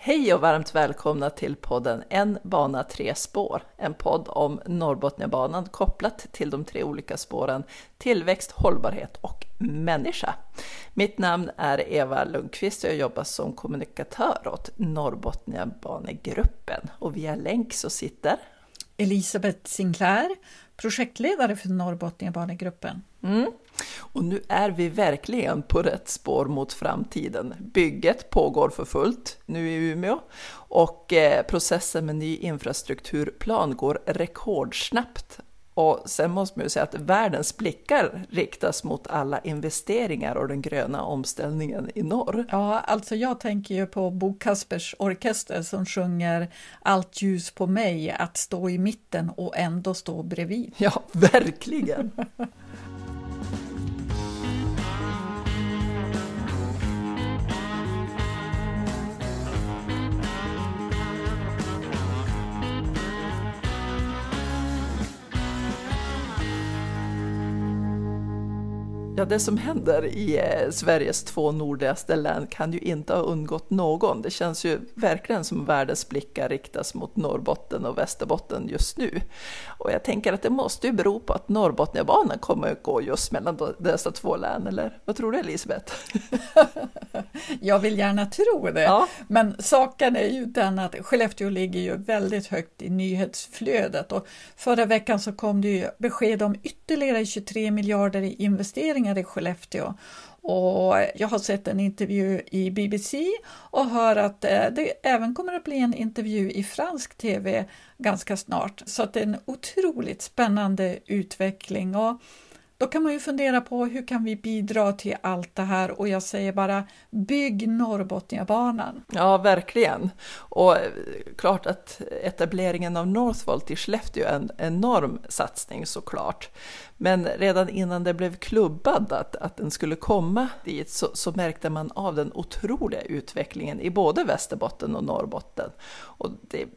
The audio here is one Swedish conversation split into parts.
Hej och varmt välkomna till podden En bana, tre spår. En podd om Norrbotniabanan kopplat till de tre olika spåren tillväxt, hållbarhet och människa. Mitt namn är Eva Lundqvist och jag jobbar som kommunikatör åt Norrbotniabanegruppen. Och via länk så sitter Elisabeth Sinclair, projektledare för Norrbotniabanegruppen. Och nu är vi verkligen på rätt spår mot framtiden. Bygget pågår för fullt nu i Umeå och processen med ny infrastrukturplan går rekordsnabbt. Och sen måste man ju säga att världens blickar riktas mot alla investeringar och den gröna omställningen i norr. Ja, alltså jag tänker ju på Bo Kaspers orkester som sjunger Allt ljus på mig, att stå i mitten och ändå stå bredvid. Ja, verkligen! Ja, det som händer i Sveriges två nordligaste län kan ju inte ha undgått någon. Det känns ju verkligen som världens blickar riktas mot Norrbotten och Västerbotten just nu. Och jag tänker att det måste ju bero på att Norrbotniabanan kommer att gå just mellan dessa två län, eller vad tror du, Elisabeth? Jag vill gärna tro det, Ja. Men saken är ju den att Skellefteå ligger ju väldigt högt i nyhetsflödet och förra veckan så kom det ju besked om ytterligare 23 miljarder i investeringar i Skellefteå. Och jag har sett en intervju i BBC och hör att det även kommer att bli en intervju i fransk tv ganska snart. Så att det är en otroligt spännande utveckling och då kan man ju fundera på hur kan vi bidra till allt det här och jag säger bara bygg Norrbotniabanan. Ja, verkligen. Och klart att etableringen av Northvolt i Skellefteå är en enorm satsning såklart. Men redan innan det blev klubbad att den skulle komma dit så märkte man av den otroliga utvecklingen i både Västerbotten och Norrbotten. Och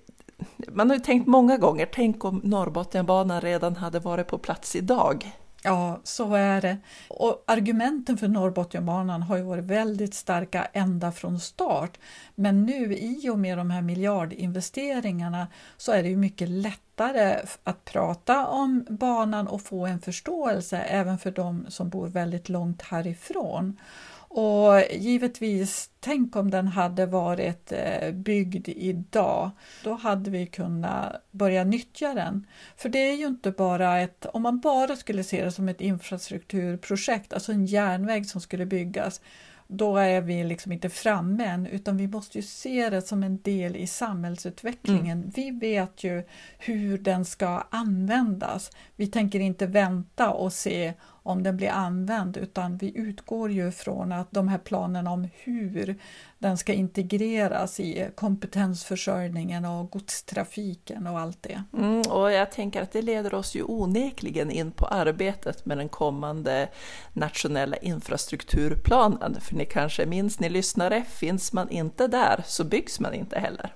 man har ju tänkt många gånger, tänk om Norrbotniabanan redan hade varit på plats idag. Ja, så är det. Och argumenten för Norrbotniabanan har ju varit väldigt starka ända från start. Men nu i och med de här miljardinvesteringarna så är det ju mycket lättare att prata om banan och få en förståelse även för de som bor väldigt långt härifrån. Och givetvis, tänk om den hade varit byggd idag, då hade vi kunnat börja nyttja den. För det är ju inte bara om man bara skulle se det som ett infrastrukturprojekt, alltså en järnväg som skulle byggas, då är vi liksom inte framme än, utan vi måste ju se det som en del i samhällsutvecklingen. Vi vet ju hur den ska användas. Vi tänker inte vänta och se om den blir använd, utan vi utgår ju från att de här planerna om hur den ska integreras i kompetensförsörjningen och godstrafiken och allt det. Och jag tänker att det leder oss ju onekligen in på arbetet med den kommande nationella infrastrukturplanen. För ni kanske minns, ni lyssnare, finns man inte där så byggs man inte heller.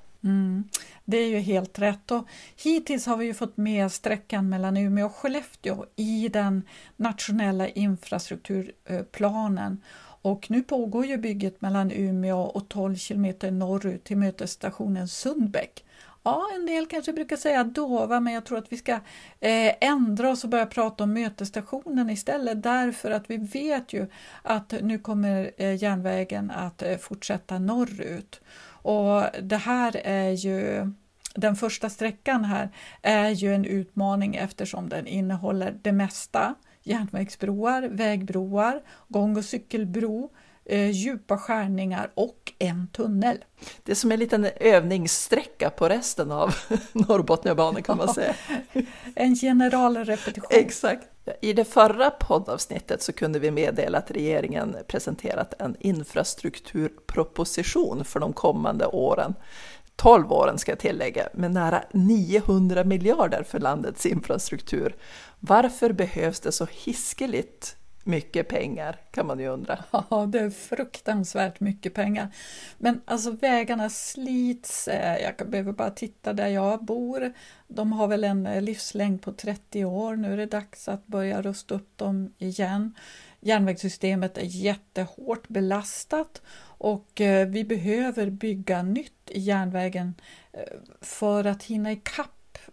Det är ju helt rätt och hittills har vi ju fått med sträckan mellan Umeå och Skellefteå i den nationella infrastrukturplanen och nu pågår ju bygget mellan Umeå och 12 kilometer norrut till mötesstationen Sundbäck. Ja, en del kanske brukar säga Dova, men jag tror att vi ska ändra oss och börja prata om mötesstationen istället, därför att vi vet ju att nu kommer järnvägen att fortsätta norrut. Och det här är ju, den första sträckan här är ju en utmaning eftersom den innehåller det mesta. Järnvägsbroar, vägbroar, gång- och cykelbro, djupa skärningar och en tunnel. Det är som en liten övningssträcka på resten av Norrbotniabanan kan man säga. En generalrepetition. Exakt. I det förra poddavsnittet så kunde vi meddela att regeringen presenterat en infrastrukturproposition för de kommande åren. 12 åren ska jag tillägga, med nära 900 miljarder för landets infrastruktur. Varför behövs det så hiskeligt mycket pengar, kan man ju undra. Ja, det är fruktansvärt mycket pengar. Men alltså vägarna slits. Jag behöver bara titta där jag bor. De har väl en livslängd på 30 år. Nu är det dags att börja rusta upp dem igen. Järnvägssystemet är jättehårt belastat Och vi behöver bygga nytt i järnvägen för att hinna ikapp,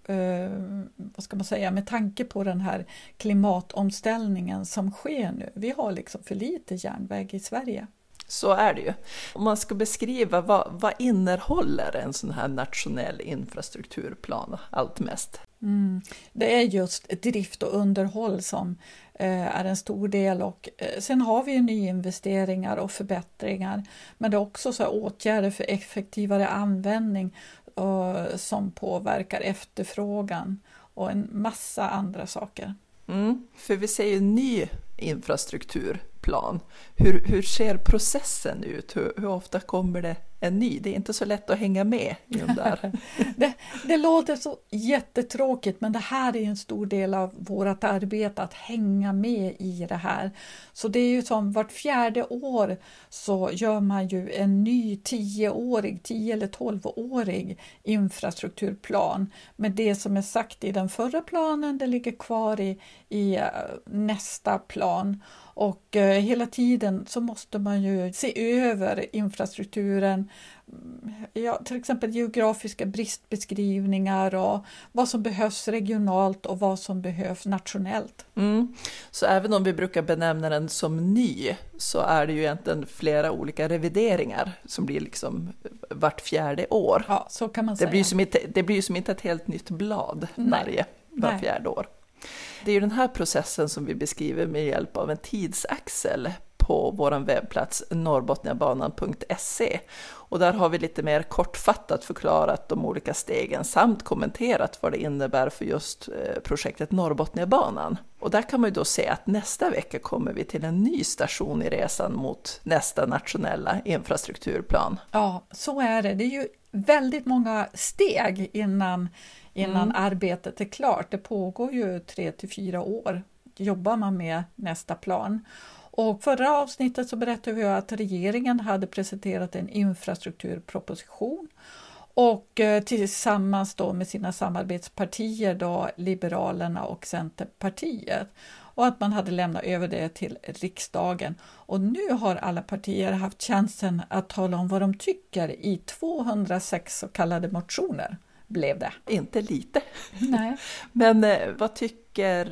vad ska man säga, med tanke på den här klimatomställningen som sker nu. Vi har liksom för lite järnväg i Sverige. Så är det ju. Om man ska beskriva vad innehåller en sån här nationell infrastrukturplan allt mest? Det är just drift och underhåll som är en stor del, och sen har vi nyinvesteringar och förbättringar, men det är också så åtgärder för effektivare användning som påverkar efterfrågan och en massa andra saker. För vi ser ju ny infrastrukturplan. Hur ser processen ut? Hur ofta kommer det en ny? Det är inte så lätt att hänga med i den där. det låter så jättetråkigt, men det här är en stor del av vårt arbete, att hänga med i det här. Så det är ju som vart 4:e år så gör man ju en ny 10 eller 12-årig infrastrukturplan. Men det som är sagt i den förra planen, det ligger kvar i nästa plan. Och hela tiden så måste man ju se över infrastrukturen, till exempel geografiska bristbeskrivningar och vad som behövs regionalt och vad som behövs nationellt. Så även om vi brukar benämna den som ny, så är det ju egentligen flera olika revideringar som blir liksom vart 4:e år. Ja, så kan man säga. Det blir ju som inte ett helt nytt blad var 4:e år. Det är ju den här processen som vi beskriver med hjälp av en tidsaxel på vår webbplats norrbotniabanan.se, och där har vi lite mer kortfattat förklarat de olika stegen samt kommenterat vad det innebär för just projektet Norrbotniabanan. Och där kan man ju då se att nästa vecka kommer vi till en ny station i resan mot nästa nationella infrastrukturplan. Ja, så är det. Det är ju väldigt många steg innan arbetet är klart. Det pågår ju 3-4 år, jobbar man med nästa plan. Och förra avsnittet så berättade vi att regeringen hade presenterat en infrastrukturproposition, och tillsammans då med sina samarbetspartier då, Liberalerna och Centerpartiet, och att man hade lämnat över det till riksdagen. Och nu har alla partier haft chansen att tala om vad de tycker i 206 så kallade motioner. Blev det. Inte lite. Nej. Men vad tycker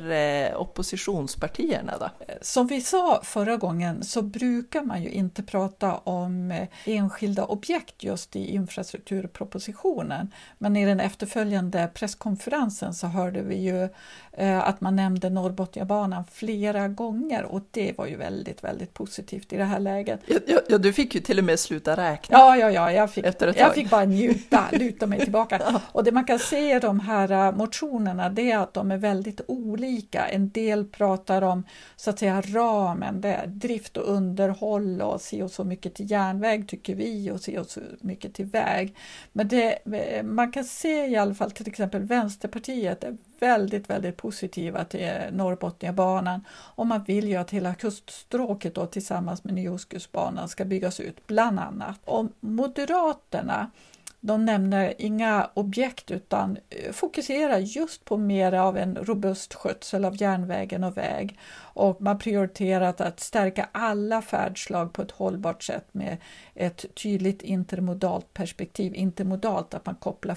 oppositionspartierna då? Som vi sa förra gången så brukar man ju inte prata om enskilda objekt just i infrastrukturpropositionen. Men i den efterföljande presskonferensen så hörde vi ju att man nämnde Norrbotniabanan flera gånger, och det var ju väldigt, väldigt positivt i det här läget. Ja, du fick ju till och med sluta räkna. Ja, jag fick bara luta mig tillbaka. Och det man kan se i de här motionerna, det är att de är väldigt olika. En del pratar om så att säga ramen, det är drift och underhåll, och se och så mycket till järnväg tycker vi, och se och så mycket till väg. Men man kan se i alla fall till exempel Vänsterpartiet är väldigt, väldigt positiva till Norrbotniabanan, och man vill ju att hela kuststråket då, tillsammans med Nya Ostkustbanan ska byggas ut bland annat. Och Moderaterna, de nämner inga objekt utan fokuserar just på mer av en robust skötsel av järnvägen och väg. Och man prioriterat att stärka alla färdslag på ett hållbart sätt med ett tydligt intermodalt perspektiv. Intermodalt, att man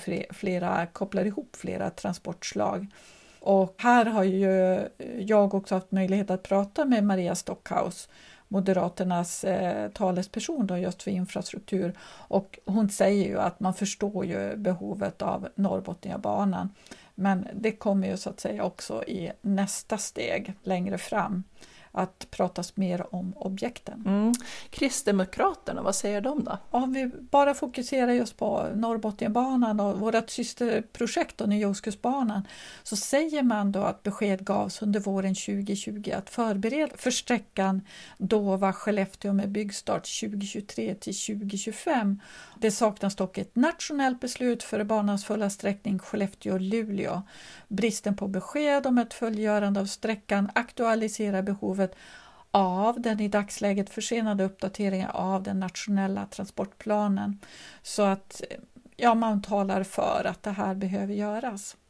kopplar ihop flera transportslag. Och här har ju jag också haft möjlighet att prata med Maria Stockhaus, Moderaternas talesperson då just för infrastruktur, och hon säger ju att man förstår ju behovet av Norrbotniabanan, men det kommer ju så att säga också i nästa steg längre fram att pratas mer om objekten. Kristdemokraterna, vad säger de då? Om vi bara fokuserar just på Norrbotniabanan och vårt systerprojekt och Nya Ostkustbanan, så säger man då att besked gavs under våren 2020 att förbereda för sträckan Dåva-Skellefteå med byggstart 2023 till 2025. Det saknas dock ett nationellt beslut för banans fulla sträckning Skellefteå-Luleå. Bristen på besked om ett fullgörande av sträckan aktualiserar behovet av den i dagsläget försenade uppdateringen av den nationella transportplanen. Så att man talar för att det här behöver göras.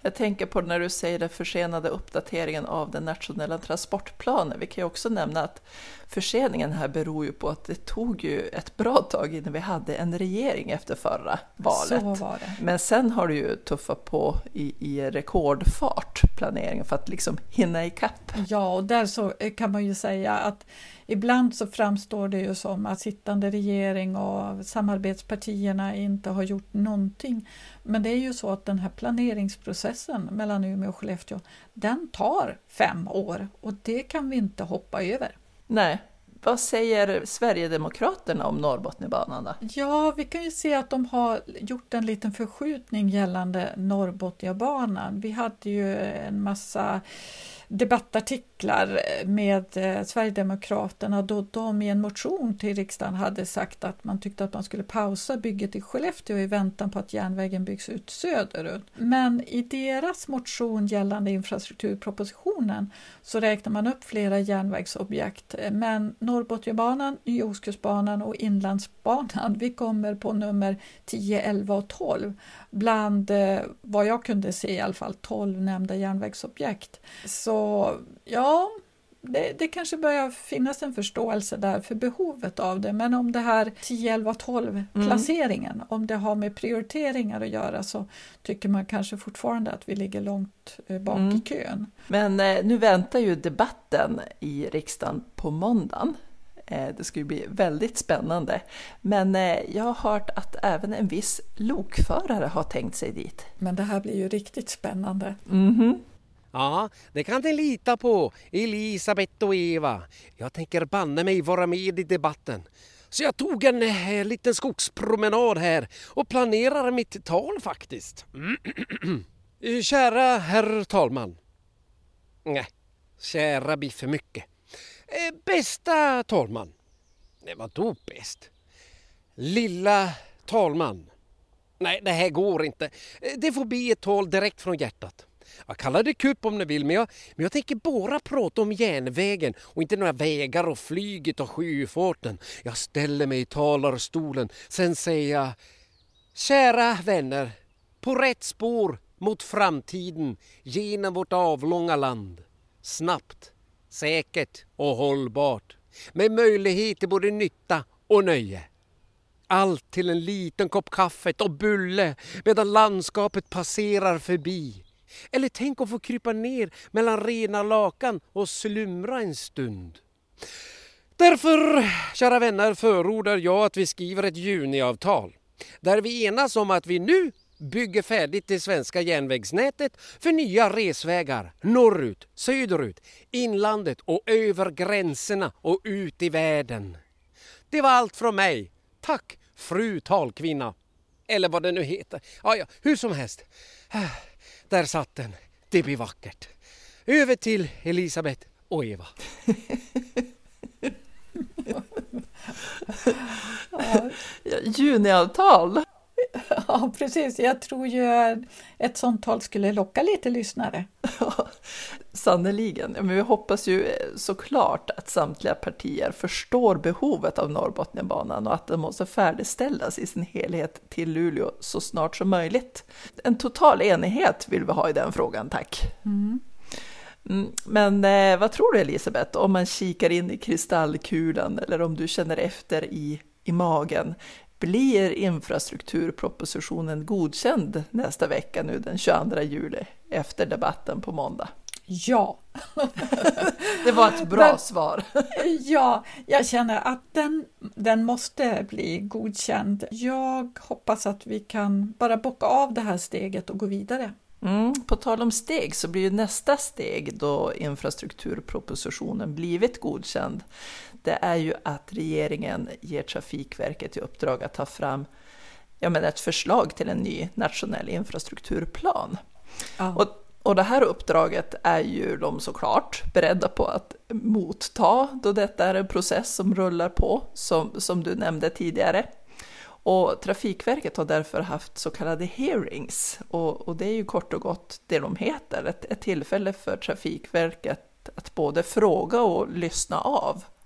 Jag tänker på när du säger den försenade uppdateringen av den nationella transportplanen. Vi kan ju också nämna att förseningen här beror ju på att det tog ju ett bra tag innan vi hade en regering efter förra valet. Så var det. Men sen har det ju tuffat på i rekordfart planeringen för att liksom hinna ikapp. Ja, och där så kan man ju säga att ibland så framstår det ju som att sittande regering och samarbetspartierna inte har gjort någonting. Men det är ju så att den här planeringsprocessen mellan Umeå och Skellefteå, den tar 5 år och det kan vi inte hoppa över. Nej. Vad säger Sverigedemokraterna om Norrbotniabanan då? Ja, vi kan ju se att de har gjort en liten förskjutning gällande Norrbotniabanan. Vi hade ju en massa debattartiklar med Sverigedemokraterna då de i en motion till riksdagen hade sagt att man tyckte att man skulle pausa bygget i Skellefteå i väntan på att järnvägen byggs ut söderut. Men i deras motion gällande infrastrukturpropositionen så räknar man upp flera järnvägsobjekt. Men Norrbotniabanan, Ostkustbanan och Inlandsbanan, vi kommer på nummer 10, 11 och 12 bland vad jag kunde se i alla fall 12 nämnda järnvägsobjekt. Så ja, det kanske börjar finnas en förståelse där för behovet av det. Men om det här 10, 11, 12 placeringen, om det har med prioriteringar att göra så tycker man kanske fortfarande att vi ligger långt bak i kön. Men nu väntar ju debatten i riksdagen på måndagen. Det ska ju bli väldigt spännande. Men jag har hört att även en viss lokförare har tänkt sig dit. Men det här blir ju riktigt spännande. Ja, det kan ni lita på, Elisabeth och Eva. Jag tänker banne mig vara med i debatten. Så jag tog en liten skogspromenad här och planerar mitt tal faktiskt. Kära herr talman. Nej, kära blir för mycket. Bästa talman. Nej, vadå bäst? Lilla talman. Nej, det här går inte. Det får bli ett tal direkt från hjärtat. Jag kallar det kupp om ni vill, men jag tänker bara prata om järnvägen och inte några vägar och flyget och sjöfarten. Jag ställer mig i talarstolen, sen säger jag: kära vänner, på rätt spår mot framtiden genom vårt avlånga land. Snabbt, säkert och hållbart, med möjlighet till både nytta och nöje. Allt till en liten kopp kaffe och bulle medan landskapet passerar förbi. Eller tänk att få krypa ner mellan rena lakan och slumra en stund. Därför, kära vänner, förordar jag att vi skriver ett juniavtal där vi enas om att vi nu bygger färdigt det svenska järnvägsnätet för nya resvägar norrut, söderut, inlandet och över gränserna och ut i världen. Det var allt från mig. Tack, fru talkvinna. Eller vad det nu heter. Ja, hur som helst. Där satt den. Det blir vackert. Över till Elisabeth och Eva. Juniavtal. Ja, precis. Jag tror ju ett sånt tal skulle locka lite lyssnare. Ja, sannoliken. Men vi hoppas ju såklart att samtliga partier förstår behovet av Norrbotniabanan och att den måste färdigställas i sin helhet till Luleå så snart som möjligt. En total enighet vill vi ha i den frågan, tack. Men vad tror du, Elisabeth, om man kikar in i kristallkulan eller om du känner efter i magen? Blir infrastrukturpropositionen godkänd nästa vecka nu den 22 juli efter debatten på måndag? Ja. Det var ett bra svar. Ja, jag känner att den måste bli godkänd. Jag hoppas att vi kan bara bocka av det här steget och gå vidare. På tal om steg så blir ju nästa steg då infrastrukturpropositionen blivit godkänd. Det är ju att regeringen ger Trafikverket i uppdrag att ta fram ett förslag till en ny nationell infrastrukturplan. Ja. Och det här uppdraget är ju de såklart beredda på att motta då detta är en process som rullar på som du nämnde tidigare. Och Trafikverket har därför haft så kallade hearings och det är ju kort och gott det de heter, ett tillfälle för Trafikverket att både fråga och lyssna av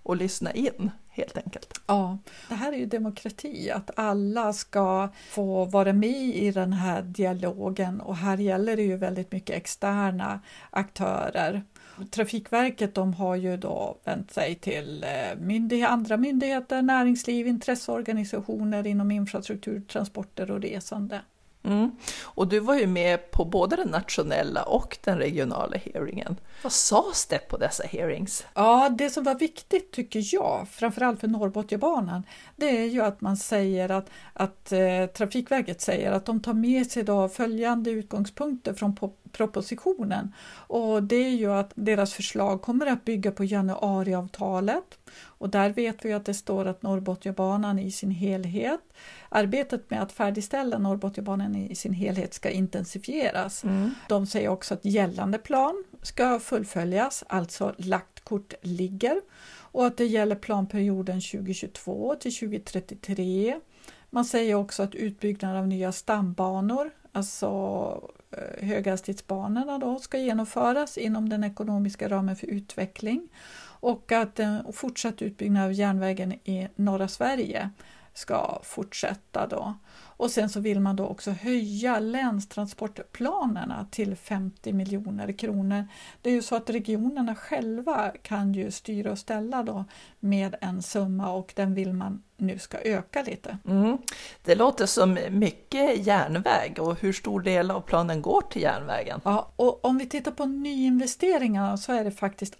och lyssna in helt enkelt. Ja, det här är ju demokrati, att alla ska få vara med i den här dialogen, och här gäller det ju väldigt mycket externa aktörer. Trafikverket, de har ju då vänt sig till andra myndigheter, näringsliv, intresseorganisationer inom infrastruktur, transporter och resande. Mm. Och du var ju med på både den nationella och den regionala hearingen. Vad sades det på dessa hearings? Ja, det som var viktigt tycker jag, framförallt för Norrbotniabanan, det är ju att man säger att Trafikverket säger att de tar med sig då följande utgångspunkter från propositionen. Och det är ju att deras förslag kommer att bygga på januariavtalet. Och där vet vi att det står att Norrbotniabanan i sin helhet, arbetet med att färdigställa Norrbotniabanan i sin helhet ska intensifieras. De säger också att gällande plan ska fullföljas, alltså lagt kort ligger, och att det gäller planperioden 2022 till 2033. Man säger också att utbyggnad av nya stambanor, alltså höghastighetsbanorna då, ska genomföras inom den ekonomiska ramen för utveckling, och att en fortsatt utbyggnad av järnvägen i norra Sverige ska fortsätta då. Och sen så vill man då också höja länstransportplanerna till 50 miljoner kronor. Det är ju så att regionerna själva kan ju styra och ställa då med en summa, och den vill man nu ska öka lite. Det låter som mycket järnväg, och hur stor del av planen går till järnvägen? Ja, och om vi tittar på nyinvesteringarna så är det faktiskt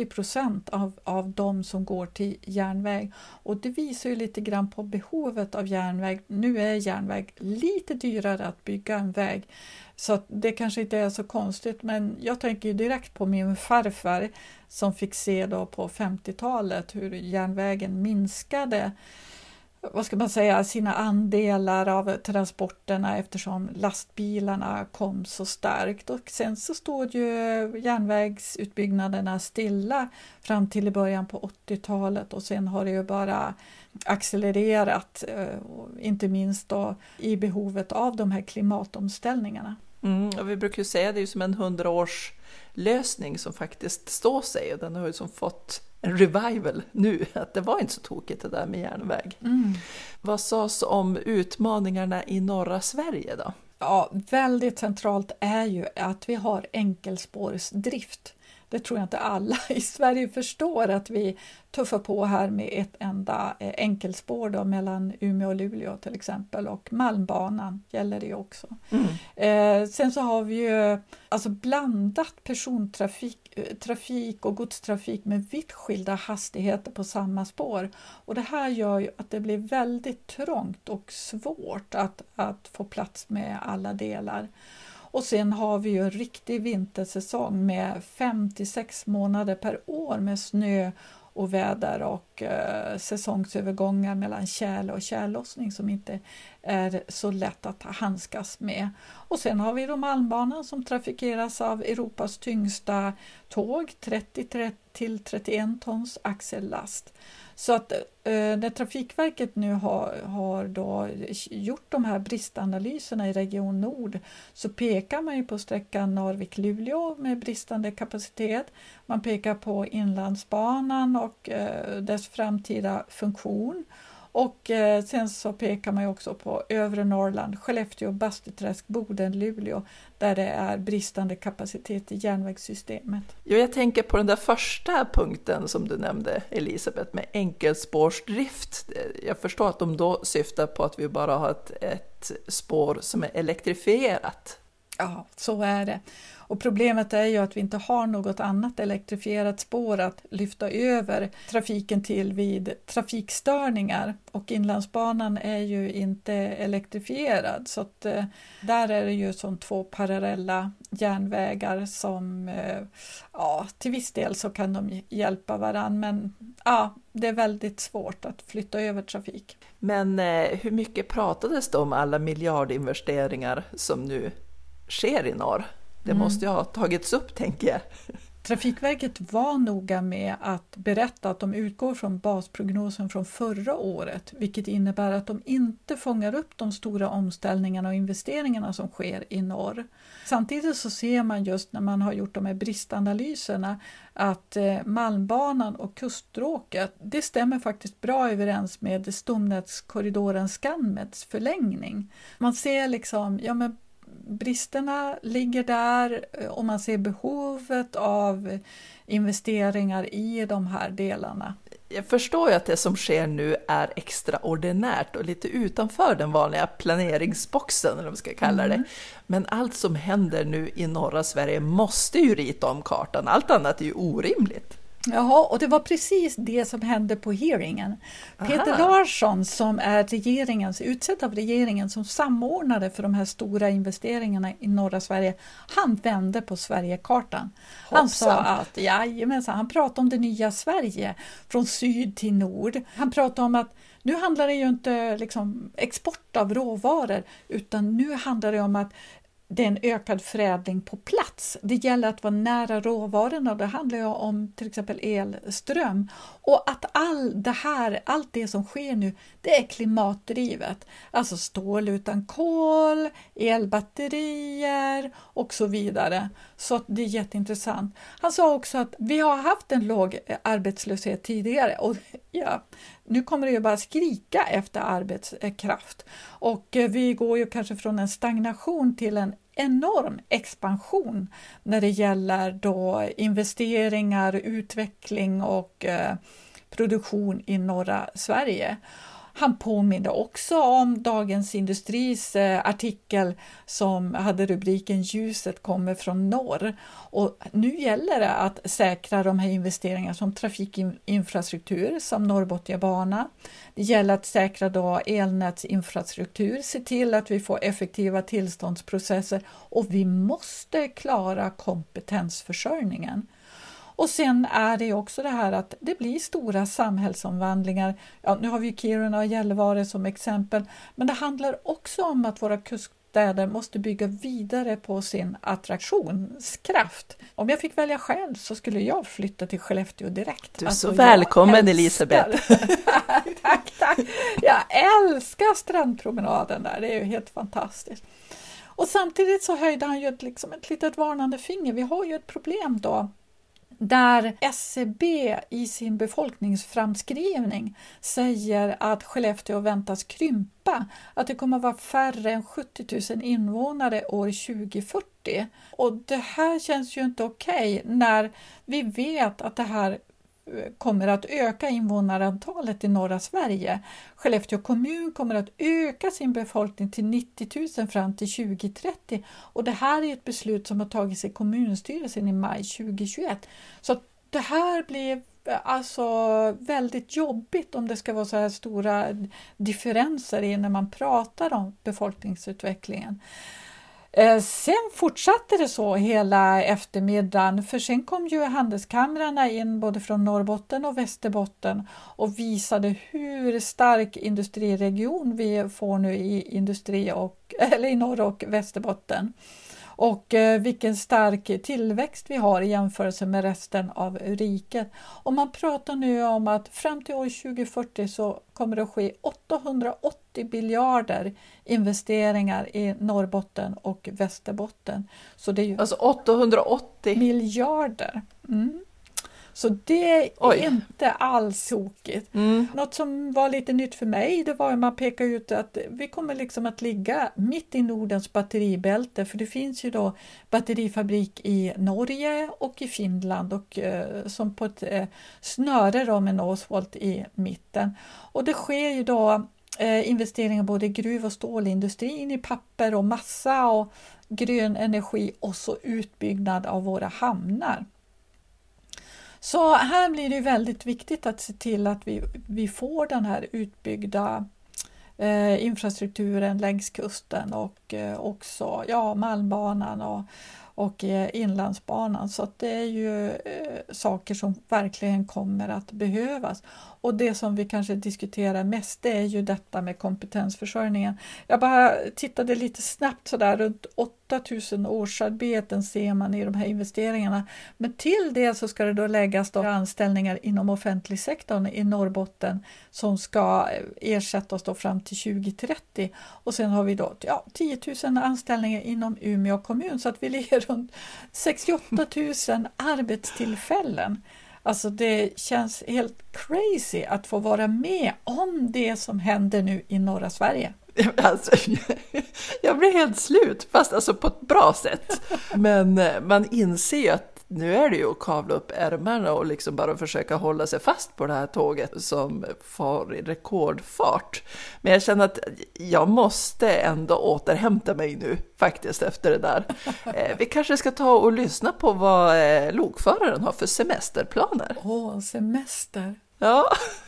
80% av de som går till järnväg, och det visar ju lite grann på behovet av järnväg. Nu är järnväg lite dyrare att bygga en väg, så att det kanske inte är så konstigt, men jag tänker ju direkt på min farfar som fick se då på 50-talet hur järnvägen minskade, vad ska man säga, sina andelar av transporterna eftersom lastbilarna kom så starkt, och sen så stod ju järnvägsutbyggnaderna stilla fram till i början på 80-talet, och sen har det ju bara accelererat, inte minst då i behovet av de här klimatomställningarna. Och vi brukar ju säga att det är som en 100-års lösning som faktiskt står sig, och den har ju som fått en revival nu, att det var inte så tokigt det där med järnväg. Vad sades om utmaningarna i norra Sverige då? Ja, väldigt centralt är ju att vi har enkelspårsdrift. Det tror jag inte alla i Sverige förstår, att vi tuffar på här med ett enda enkelspår då mellan Umeå och Luleå till exempel, och Malmbanan gäller det också. Sen så har vi ju alltså blandat persontrafik och godstrafik med vitt skilda hastigheter på samma spår, och det här gör ju att det blir väldigt trångt och svårt att få plats med alla delar. Och sen har vi ju en riktig vintersäsong med 5-6 månader per år med snö och väder och säsongsövergångar mellan tjäle och tjällossning som inte är så lätt att handskas med. Och sen har vi då Malmbanan som trafikeras av Europas tyngsta tåg, 30-31 tons axellast. Så att när Trafikverket nu har då gjort de här bristanalyserna i Region Nord, så pekar man ju på sträckan Narvik-Luleå med bristande kapacitet. Man pekar på Inlandsbanan och dess framtida funktion. Och sen så pekar man ju också på övre Norrland, Skellefteå, Bastuträsk, Boden, Luleå, där det är bristande kapacitet i järnvägssystemet. Jo, jag tänker på den där första punkten som du nämnde, Elisabeth, med enkelspårsdrift. Jag förstår att de då syftar på att vi bara har ett spår som är elektrifierat. Ja, så är det. Och problemet är ju att vi inte har något annat elektrifierat spår att lyfta över trafiken till vid trafikstörningar. Och Inlandsbanan är ju inte elektrifierad, så att där är det ju som 2 parallella järnvägar som till viss del så kan de hjälpa varann, men det är väldigt svårt att flytta över trafik. Men hur mycket pratades det om alla miljardinvesteringar som nu sker i norr? Det måste ju ha tagits upp, tänker jag. Trafikverket var noga med att berätta att de utgår från basprognosen från förra året, vilket innebär att de inte fångar upp de stora omställningarna och investeringarna som sker i norr. Samtidigt så ser man just när man har gjort de här bristanalyserna att Malmbanan och kuststråket, det stämmer faktiskt bra överens med stomnätskorridoren Scanmeds förlängning. Man ser liksom, bristerna ligger där och man ser behovet av investeringar i de här delarna. Jag förstår ju att det som sker nu är extraordinärt och lite utanför den vanliga planeringsboxen, eller vad man ska kalla det. Men allt som händer nu i norra Sverige måste ju rita om kartan. Allt annat är ju orimligt. Jaha, och det var precis det som hände på hearingen. Peter Larsson, som är utsedd av regeringen som samordnare för de här stora investeringarna i norra Sverige, han vände på Sverigekartan. Han sa att, han pratade om det nya Sverige från syd till nord. Han pratade om att nu handlar det ju inte liksom export av råvaror, utan nu handlar det om att det är en ökad förädling på plats. Det gäller att vara nära råvarorna. Det handlar ju om till exempel elström. Och att allt det som sker nu, det är klimatdrivet. Alltså stål utan kol, elbatterier och så vidare. Så det är jätteintressant. Han sa också att vi har haft en låg arbetslöshet tidigare. Och nu kommer det ju bara skrika efter arbetskraft. Och vi går ju kanske från en stagnation till en enorm expansion när det gäller då investeringar, utveckling och produktion i norra Sverige. Han påminner också om Dagens Industris artikel som hade rubriken "Ljuset kommer från norr". Och nu gäller det att säkra de här investeringarna som trafikinfrastruktur som Norrbotniabanan. Det gäller att säkra då elnätsinfrastruktur, se till att vi får effektiva tillståndsprocesser och vi måste klara kompetensförsörjningen. Och sen är det också det här att det blir stora samhällsomvandlingar. Ja, nu har vi Kiruna och Gällivare som exempel, men det handlar också om att våra kuststäder måste bygga vidare på sin attraktionskraft. Om jag fick välja själv så skulle jag flytta till Skellefteå direkt. Du är så välkommen, Elisabeth. Tack. Jag älskar strandpromenaden där, det är ju helt fantastiskt. Och samtidigt så höjde han ju ett litet varnande finger. Vi har ju ett problem då, där SCB i sin befolkningsframskrivning säger att Skellefteå väntas krympa, att det kommer att vara färre än 70 000 invånare år 2040. Och det här känns ju inte okej när vi vet att det här kommer att öka invånarantalet i norra Sverige. Skellefteå kommun kommer att öka sin befolkning till 90 000 fram till 2030 och det här är ett beslut som har tagits i kommunstyrelsen i maj 2021. Så det här blir alltså väldigt jobbigt om det ska vara så här stora differenser i när man pratar om befolkningsutvecklingen. Sen fortsatte det så hela eftermiddagen, för sen kom ju handelskamrarna in både från Norrbotten och Västerbotten och visade hur stark industriregion vi får nu i i Norr- och Västerbotten. Och vilken stark tillväxt vi har i jämförelse med resten av riket. Och man pratar nu om att fram till år 2040 så kommer det att ske 880 biljarder investeringar i Norrbotten och Västerbotten. Så det är ju alltså 880 miljarder. Så det är inte alls tokigt. Något som var lite nytt för mig, det var att man pekar ut att vi kommer liksom att ligga mitt i Nordens batteribälte, för det finns ju då batterifabrik i Norge och i Finland och som på ett snöre då med Northvolt i mitten. Och det sker ju då investeringar både i gruv- och stålindustrin, i papper och massa och grön energi och så utbyggnad av våra hamnar. Så här blir det väldigt viktigt att se till att vi får den här utbyggda infrastrukturen längs kusten och också Malmbanan och Inlandsbanan. Så att det är ju saker som verkligen kommer att behövas. Och det som vi kanske diskuterar mest, det är ju detta med kompetensförsörjningen. Jag bara tittade lite snabbt sådär, runt 8000 årsarbeten ser man i de här investeringarna. Men till det så ska det då läggas då anställningar inom offentlig sektorn i Norrbotten som ska ersättas då fram till 2030. Och sen har vi då 10 000 anställningar inom Umeå kommun, så att vi ligger runt 68 000 arbetstillfällen. Alltså det känns helt crazy att få vara med om det som händer nu i norra Sverige. Alltså, jag blir helt slut, fast alltså på ett bra sätt. Men man inser ju att nu är det ju att kavla upp ärmarna och liksom bara försöka hålla sig fast på det här tåget som far i rekordfart. Men jag känner att jag måste ändå återhämta mig nu faktiskt efter det där. Vi kanske ska ta och lyssna på vad lokföraren har för semesterplaner. Semester. Ja.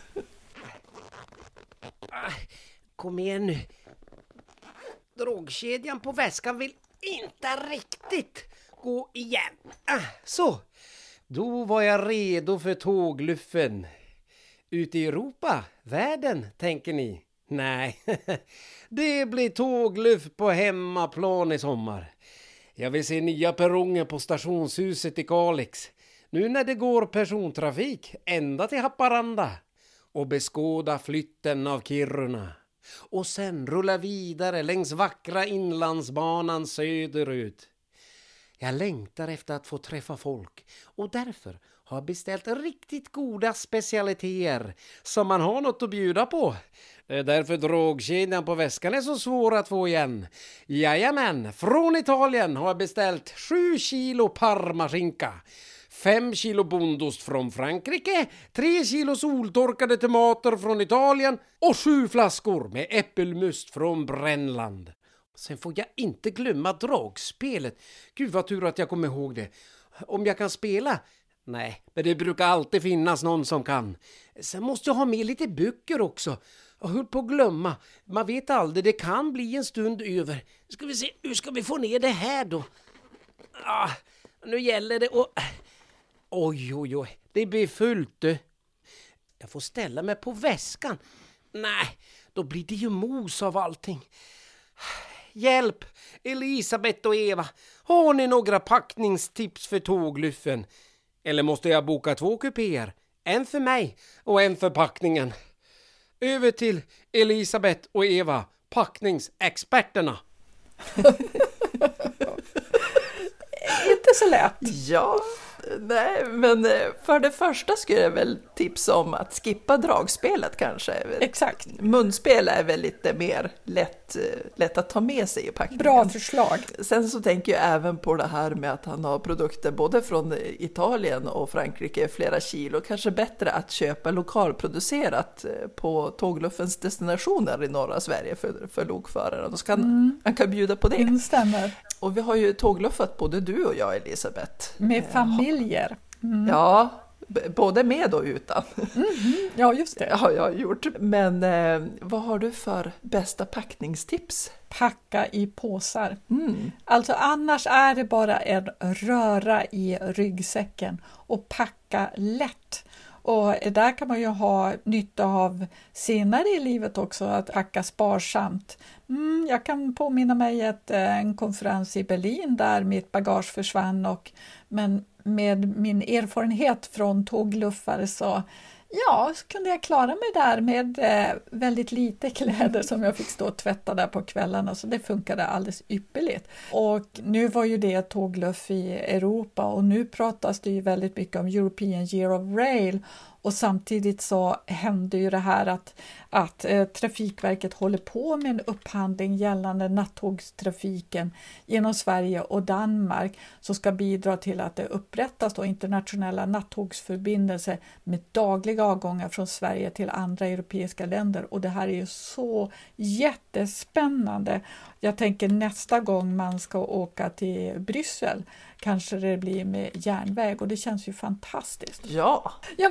Kom igen nu. Dragkedjan på väskan vill inte riktigt gå igen. Så, då var jag redo för tågluffen. Ute i Europa, världen, tänker ni? Nej, det blir tågluff på hemmaplan i sommar. Jag vill se nya perronger på stationshuset i Kalix. Nu när det går persontrafik ända till Haparanda. Och beskåda flytten av Kiruna. Och sen rulla vidare längs vackra Inlandsbanan söderut. Jag längtar efter att få träffa folk och därför har jag beställt riktigt goda specialiteter som man har något att bjuda på. Det är därför dragkedjan på väskan är så svår att få igen. Jajamän, från Italien har jag beställt 7 kilo parmaskinka. 5 kilo bondost från Frankrike, 3 kilo soltorkade tomater från Italien och 7 flaskor med äppelmust från Brännland. Sen får jag inte glömma dragspelet. Gud vad tur att jag kommer ihåg det. Om jag kan spela? Nej, men det brukar alltid finnas någon som kan. Sen måste jag ha med lite böcker också. Jag höll på att glömma. Man vet aldrig, det kan bli en stund över. Ska vi se, hur ska vi få ner det här då? Nu gäller det att... Oj, det blir fullt du. Jag får ställa mig på väskan. Nej, då blir det ju mos av allting. Hjälp, Elisabeth och Eva. Har ni några packningstips för tågluffen? Eller måste jag boka 2 kupéer? En för mig och en för packningen. Över till Elisabeth och Eva, packningsexperterna. Inte så lätt. Ja, nej, men för det första skulle jag väl tipsa om att skippa dragspelet kanske. Exakt. Munspel är väl lite mer lätt att ta med sig i packningen. Bra förslag. Sen så tänker jag även på det här med att han har produkter både från Italien och Frankrike flera kilo. Kanske bättre att köpa lokalproducerat på tågluffens destinationer i norra Sverige för lokföraren. Då han kan bjuda på det. Det stämmer. Och vi har ju tågluffat både du och jag, Elisabeth. Med familjer. Mm. Ja, både med och utan. Mm-hmm. Ja, just det. Har jag gjort. Men vad har du för bästa packningstips? Packa i påsar. Alltså annars är det bara en röra i ryggsäcken och packa lätt. Och där kan man ju ha nytta av senare i livet också, att packa sparsamt. Jag kan påminna mig en konferens i Berlin där mitt bagage försvann, men med min erfarenhet från tågluffare så kunde jag klara mig där med väldigt lite kläder som jag fick stå och tvätta där på kvällarna, så det funkade alldeles ypperligt. Och nu var ju det ett tågluff i Europa och nu pratas det ju väldigt mycket om European Year of Rail. Och samtidigt så händer ju det här att Trafikverket håller på med en upphandling gällande nattågstrafiken genom Sverige och Danmark som ska bidra till att det upprättas då internationella nattågsförbindelser med dagliga avgångar från Sverige till andra europeiska länder. Och det här är ju så jättespännande. Jag tänker nästa gång man ska åka till Bryssel kanske det blir med järnväg och det känns ju fantastiskt. Ja. Ja men Eva,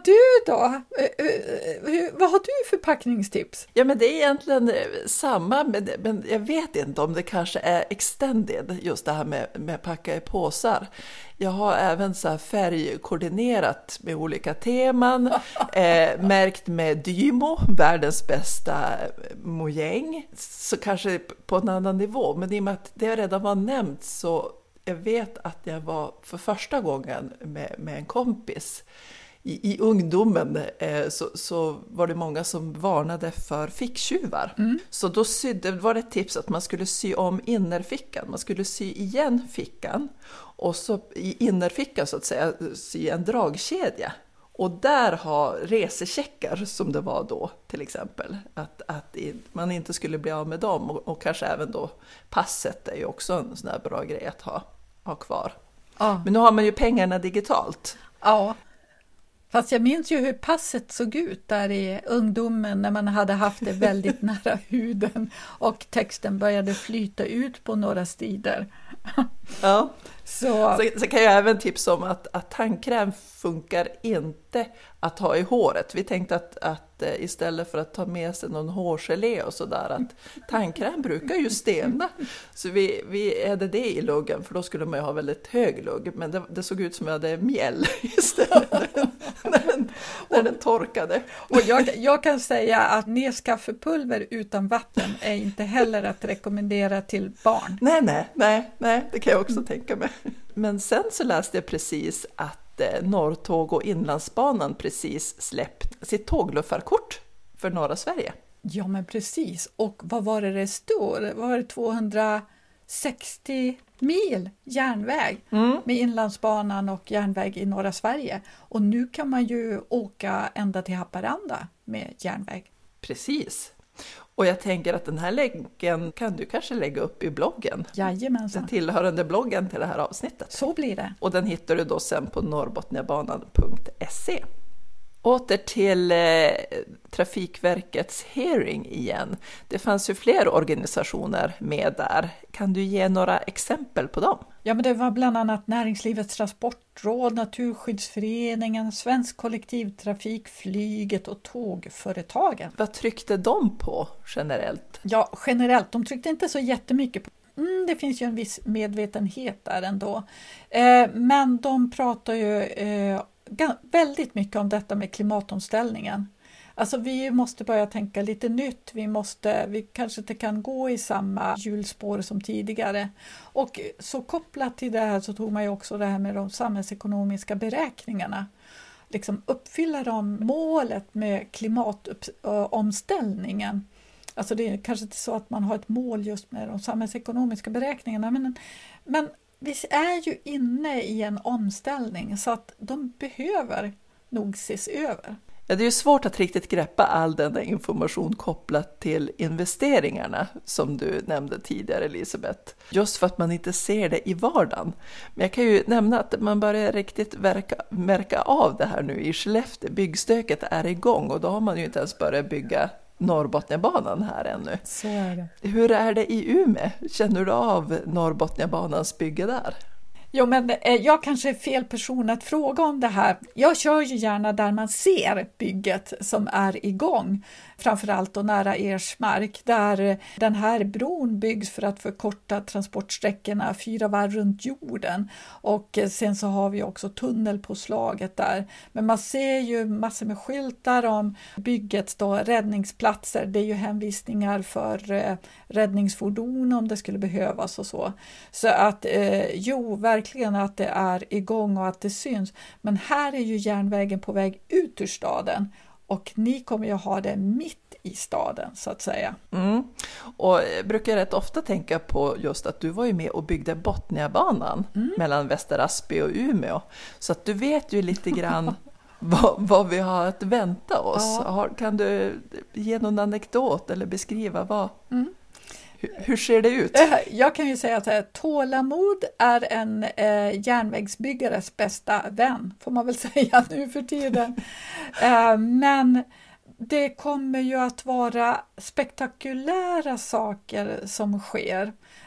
du då? Vad har du för packningstips? Ja, men det är egentligen samma, men jag vet inte om det kanske är extended, just det här med packa i påsar. Jag har även så här färgkoordinerat med olika teman, märkt med Dymo, världens bästa mojäng, så kanske på en annan nivå. Men i och med att det redan var nämnt, så jag vet att jag var för första gången med en kompis i ungdomen, så var det många som varnade för ficktjuvar. Så då var det ett tips att man skulle sy om innerfickan. Man skulle sy igen fickan och så i innerfickan så att säga sy en dragkedja. Och där ha resecheckar som det var då till exempel. Att man inte skulle bli av med dem, och kanske även då passet är ju också en sån här bra grej att ha kvar. Ja. Men nu har man ju pengarna digitalt. Ja. Fast jag minns ju hur passet såg ut där i ungdomen när man hade haft det väldigt nära huden och texten började flyta ut på några sidor. Ja. Så kan jag även tipsa om att tandkräm funkar inte att ha i håret. Vi tänkte att istället för att ta med sig någon hårgelé och sådär, att tandkräm brukar ju stelna. Så vi hade det i luggen, för då skulle man ju ha väldigt hög lugg. Men det såg ut som jag hade mjäll istället när den torkade. Och jag kan säga att Nescaffepulver utan vatten är inte heller att rekommendera till barn. Nej, det kan jag också tänka mig. Men sen så läste jag precis att Norrtåg och Inlandsbanan precis släppt sitt tågluffarkort för norra Sverige. Ja, men precis. Och vad var det stod? Vad var det, 260 mil järnväg med Inlandsbanan och järnväg i norra Sverige. Och nu kan man ju åka ända till Haparanda med järnväg. Precis. Och jag tänker att den här länken kan du kanske lägga upp i bloggen. Jajamensan. Den tillhörande bloggen till det här avsnittet. Så blir det. Och den hittar du då sen på norrbotniabanan.se. Åter till Trafikverkets hearing igen. Det fanns ju fler organisationer med där. Kan du ge några exempel på dem? Ja, men det var bland annat Näringslivets transportråd, Naturskyddsföreningen, Svensk kollektivtrafik, flyget och tågföretagen. Vad tryckte de på generellt? Ja, generellt. De tryckte inte så jättemycket på. Det finns ju en viss medvetenhet där ändå. Men de pratar ju väldigt mycket om detta med klimatomställningen. Alltså vi måste börja tänka lite nytt. Vi kanske inte kan gå i samma hjulspår som tidigare. Och så kopplat till det här så tog man ju också det här med de samhällsekonomiska beräkningarna. Liksom uppfylla de målet med klimatomställningen. Alltså det är kanske inte så att man har ett mål just med de samhällsekonomiska beräkningarna. Men vi är ju inne i en omställning så att de behöver nog ses över. Ja, det är ju svårt att riktigt greppa all denna information kopplat till investeringarna som du nämnde tidigare, Elisabeth. Just för att man inte ser det i vardagen. Men jag kan ju nämna att man börjar riktigt märka av det här nu i Skellefteå. Byggstöket är igång och då har man ju inte ens börjat bygga Norrbotniabanan här ännu. Så är det. Hur är det i Umeå? Känner du av Norrbotniabanans bygge där? Jo, men jag kanske är fel person att fråga om det här. Jag kör ju gärna där man ser bygget som är igång. Framförallt då nära Ersmark, där den här bron byggs för att förkorta transportsträckorna 4 varv runt jorden. Och sen så har vi också tunnelpåslaget där. Men man ser ju massor med skyltar om byggets då, räddningsplatser. Det är ju hänvisningar för räddningsfordon om det skulle behövas och så. Så att verkligen att det är igång och att det syns. Men här är ju järnvägen på väg ut ur staden. Och ni kommer ju ha det mitt i staden så att säga. Och jag brukar rätt ofta tänka på just att du var ju med och byggde Botniabanan mellan Västerasby och Umeå. Så att du vet ju lite grann vad vi har att vänta oss. Ja. Kan du ge någon anekdot eller beskriva vad... Hur ser det ut? Jag kan ju säga att tålamod är en järnvägsbyggares bästa vän, får man väl säga nu för tiden. Men det kommer ju att vara spektakulära saker som sker.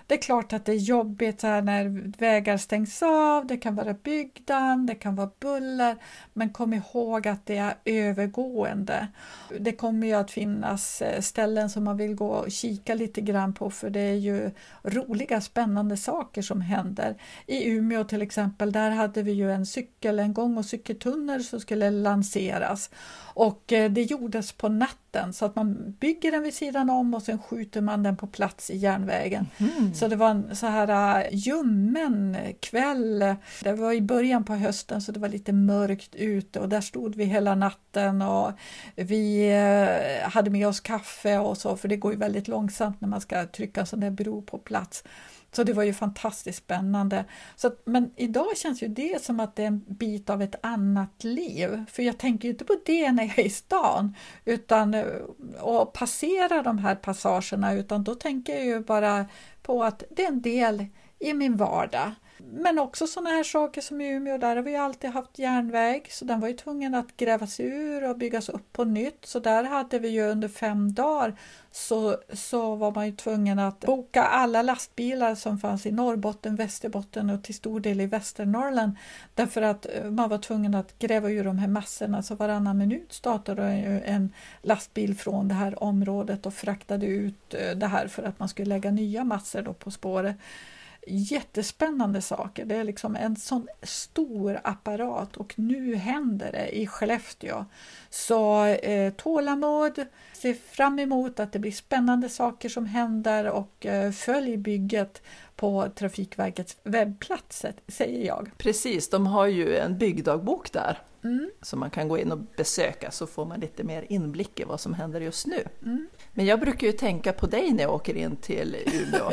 Det är klart att det är jobbigt så här när vägar stängs av, det kan vara bygdan, det kan vara buller, men kom ihåg att det är övergående. Det kommer ju att finnas ställen som man vill gå och kika lite grann på, för det är ju roliga, spännande saker som händer. I Umeå till exempel, där hade vi ju en gång- och cykeltunnel som skulle lanseras. Och det gjordes på natten, så att man bygger den vid sidan om och sen skjuter man den på plats i järnvägen. Så det var en så här ljummen kväll. Det var i början på hösten, så det var lite mörkt ute, och där stod vi hela natten och vi hade med oss kaffe och så, för det går ju väldigt långsamt när man ska trycka en sån där bro på plats. Så det var ju fantastiskt spännande. Men idag känns ju det som att det är en bit av ett annat liv. För jag tänker ju inte på det när jag är i stan utan och passera de här passagerna, utan då tänker jag ju bara på att det är en del i min vardag. Men också sådana här saker som i Umeå, där har vi alltid haft järnväg, så den var ju tvungen att grävas ur och byggas upp på nytt. Så där hade vi ju under 5 dagar så var man ju tvungen att boka alla lastbilar som fanns i Norrbotten, Västerbotten och till stor del i Västernorrland. Därför att man var tvungen att gräva ur de här massorna, så varannan minut startade en lastbil från det här området och fraktade ut det här för att man skulle lägga nya massor då på spåret. Jättespännande saker. Det är liksom en sån stor apparat, och nu händer det i Skellefteå. Så tålamod, se fram emot att det blir spännande saker som händer, och följ bygget på Trafikverkets webbplatser, säger jag. Precis, de har ju en byggdagbok där som man kan gå in och besöka, så får man lite mer inblick i vad som händer just nu. Men jag brukar ju tänka på dig när jag åker in till Umeå.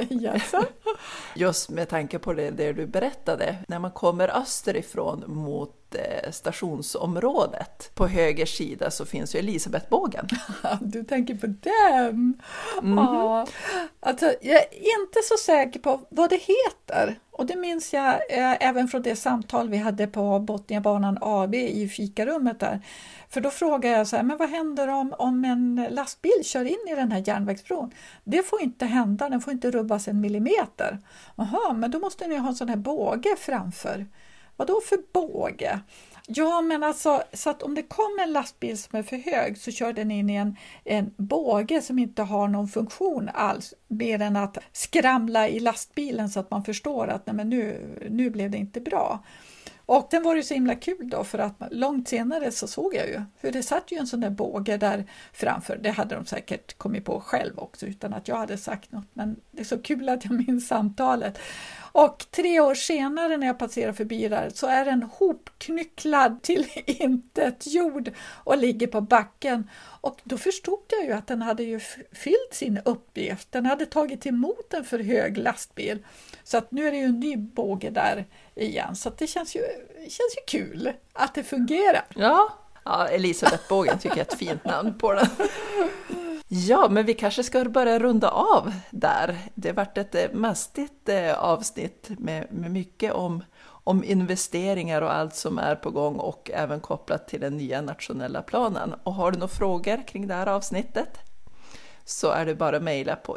Just med tanke på det du berättade. När man kommer österifrån mot stationsområdet, på höger sida så finns ju Elisabethbågen. Du tänker på den? Ja. Alltså, jag är inte så säker på vad det heter. Och det minns jag även från det samtal vi hade på Botniabanan AB i fikarummet där. För då frågade jag så här, men vad händer om en lastbil kör in i den här järnvägsbron? Det får inte hända, den får inte rubbas 1 millimeter. Jaha, men då måste ni ha en sån här båge framför. Vad då för båge? Ja, men alltså, så att om det kommer en lastbil som är för hög, så kör den in i en båge som inte har någon funktion alls, mer än att skramla i lastbilen så att man förstår att nej, men nu blev det inte bra. Och den var ju så himla kul då, för att långt senare så såg jag ju hur det satt ju en sån där båge där framför. Det hade de säkert kommit på själv också utan att jag hade sagt något, men det är så kul att jag minns samtalet. Och 3 år senare när jag passerar förbi där, så är den hopknycklad till intet jord och ligger på backen. Och då förstod jag ju att den hade ju fyllt sin uppgift. Den hade tagit emot en för hög lastbil. Så att nu är det ju en ny båge där igen. Så att det känns ju kul att det fungerar. Ja, Elisabethbågen tycker jag är ett fint namn på den. Ja, men vi kanske ska börja runda av där. Det har varit ett mastigt avsnitt med mycket om investeringar och allt som är på gång, och även kopplat till den nya nationella planen. Och har du några frågor kring det här avsnittet, så är det bara att mejla på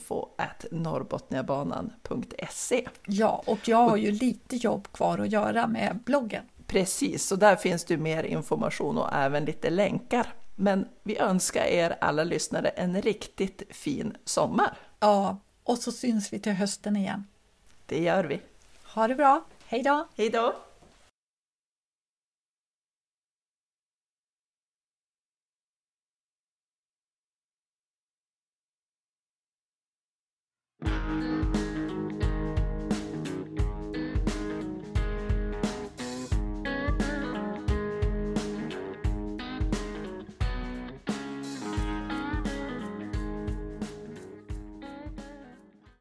info@norrbotniabanan.se. Ja, och jag har ju lite jobb kvar att göra med bloggen. Precis, och där finns det mer information och även lite länkar. Men vi önskar er alla lyssnare en riktigt fin sommar. Ja, och så syns vi till hösten igen. Det gör vi. Ha det bra. Hej då! Hej då!